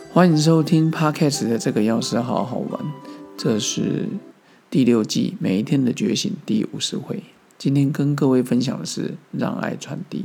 欢迎收听 Podcast 的这个钥匙好好玩，这是第6季每一天的觉醒第50回。今天跟各位分享的是让爱传递。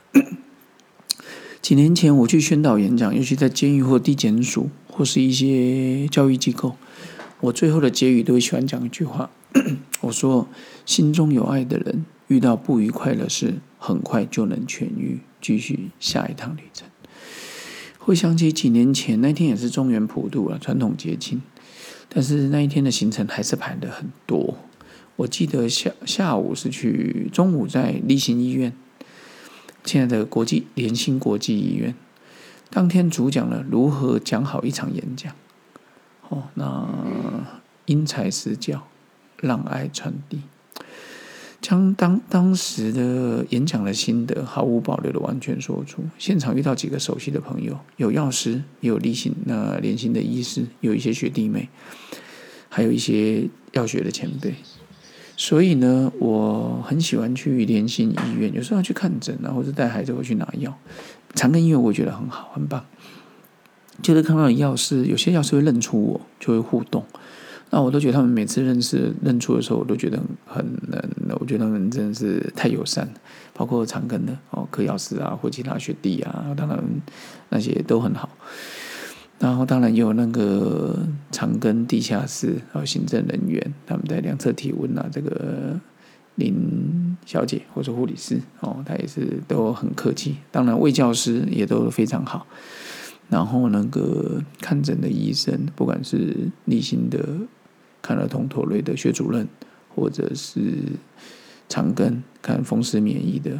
几年前我去宣导演讲，尤其在监狱或地检署或是一些教育机构，我最后的结语都会喜欢讲一句话，我说心中有爱的人遇到不愉快的事很快就能痊愈，继续下一趟旅程。会想起几年前那天也是中元普渡传统节庆，但是那一天的行程还是排得很多。我记得下午是去，中午在立新医院，现在的联新国际医院，当天主讲了如何讲好一场演讲。那因材施教，让爱传递，将当时的演讲的心得毫无保留的完全说出。现场遇到几个熟悉的朋友，有药师，也有联新的医师，有一些学弟妹，还有一些药学的前辈。所以呢，我很喜欢去联新医院，有时候要去看诊或者带孩子回去拿药。长庚医院我觉得很好，很棒。就是看到药师，有些药师会认出我，就会互动。那我都觉得他们每次认出的时候，我都觉得我觉得他们真的是太友善了。包括长庚的科药师或其他学弟当然那些都很好。然后当然也有那个长庚地下室行政人员，他们在量测体温这个林小姐或者护理师她也是都很客气。当然卫教师也都非常好。然后那个看诊的医生，不管是立新的看儿童妥瑞的学主任，或者是长庚看风湿免疫的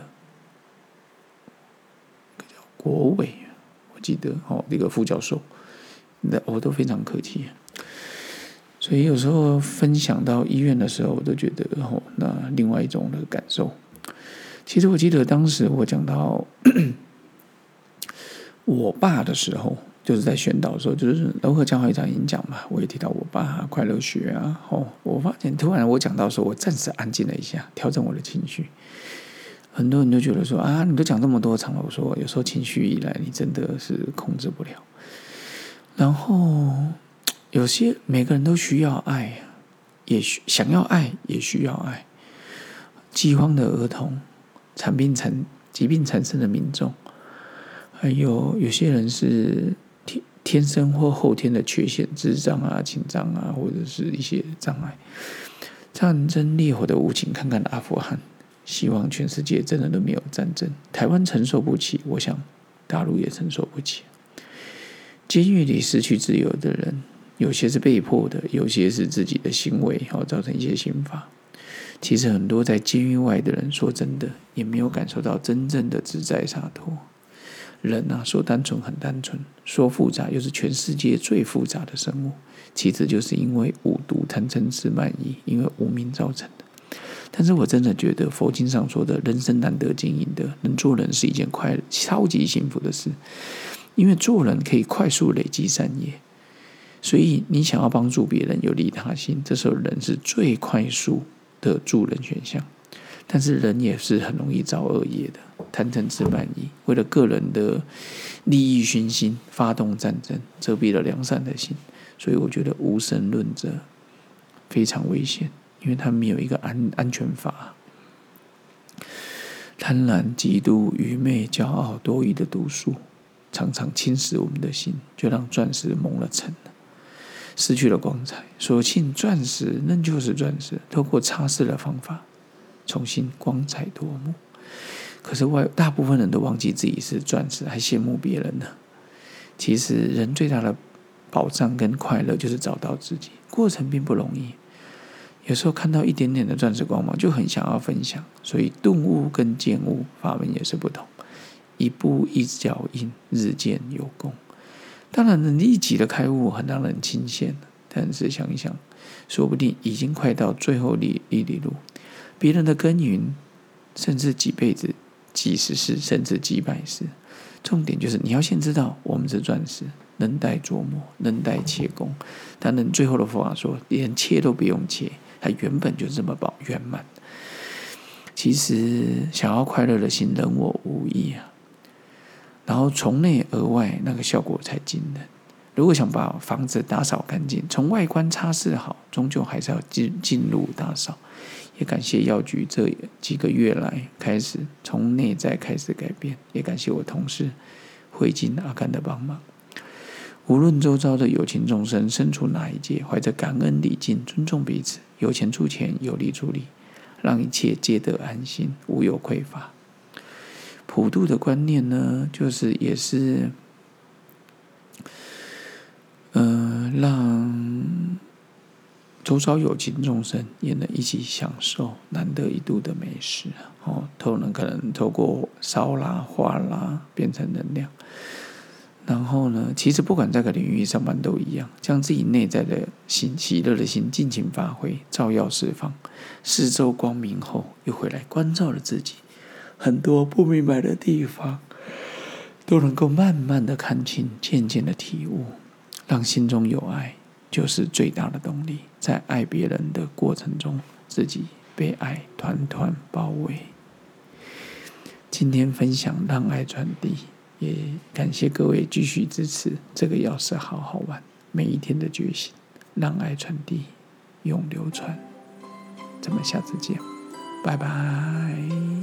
叫国伟，我记得这个副教授，我都非常客气。所以有时候分享到医院的时候，我都觉得那另外一种的感受。其实我记得当时我讲到我爸的时候，就是在宣导的时候，就是如何讲好一场演讲嘛，我也提到我爸快乐学我发现突然我讲到的时候，我暂时安静了一下，调整我的情绪。很多人就觉得说你都讲这么多场了，我说有时候情绪一来，你真的是控制不了。然后有些每个人都需要爱，也想要爱，也需要爱。饥荒的儿童，疾病产生的民众。还有些人是天生或后天的缺陷，智障情障或者是一些障碍。战争烈火的无情，看看阿富汗，希望全世界真的都没有战争。台湾承受不起，我想大陆也承受不起。监狱里失去自由的人，有些是被迫的，有些是自己的行为造成一些刑罚。其实很多在监狱外的人，说真的也没有感受到真正的自在洒脱。人说单纯很单纯，说复杂又是全世界最复杂的生物。其实就是因为五毒贪嗔痴慢疑，因为无明造成的。但是我真的觉得佛经上说的人生难得经营的，能做人是一件超级幸福的事。因为做人可以快速累积善业，所以你想要帮助别人有利他心，这时候人是最快速的助人选项。但是人也是很容易造恶业的，贪嗔痴慢疑，为了个人的利益熏心，发动战争，遮蔽了良善的心。所以我觉得无神论者非常危险，因为他没有一个安全法。贪婪、嫉妒、愚昧、骄傲、多疑的毒素，常常侵蚀我们的心，就让钻石蒙了尘了，失去了光彩。所幸钻石仍旧是钻石，透过擦拭的方法重新光彩夺目。可是大部分人都忘记自己是钻石，还羡慕别人呢。其实人最大的宝藏跟快乐就是找到自己，过程并不容易。有时候看到一点点的钻石光芒，就很想要分享。所以顿悟跟见悟法门也是不同，一步一脚印，日渐有功。当然能立即的开悟很让人钦羡，但是想一想，说不定已经快到最后一里路。别人的耕耘，甚至几辈子、几十世，甚至几百世。重点就是你要先知道，我们是钻石，能待琢磨，能待切工。当然，最后的佛法说，连切都不用切，它原本就这么圆满。其实想要快乐的心，人我无异然后从内而外，那个效果才惊人。 如果想把房子打扫干净，从外观擦拭好，终究还是要进入打扫。也感谢药局这几个月来开始从内在开始改变，也感谢我同事慧金阿甘的帮忙。无论周遭的有情众生身处哪一界，怀着感恩礼敬，尊重彼此，有钱出钱，有力出力，让一切皆得安心，无有匮乏。普渡的观念呢，也是让周遭有情众生也能一起享受难得一度的美食可能透过烧啦、化啦变成能量。然后呢，其实不管在个领域上班都一样，将自己内在的心、喜乐的心尽情发挥，照耀释放，四周光明后，又回来关照了自己，很多不明白的地方都能够慢慢的看清，渐渐的体悟，让心中有爱，就是最大的动力。在爱别人的过程中，自己被爱团团包围。今天分享让爱传递，也感谢各位继续支持这个钥匙好好玩，每一天的觉醒，让爱传递，永流传。咱们下次见，拜拜。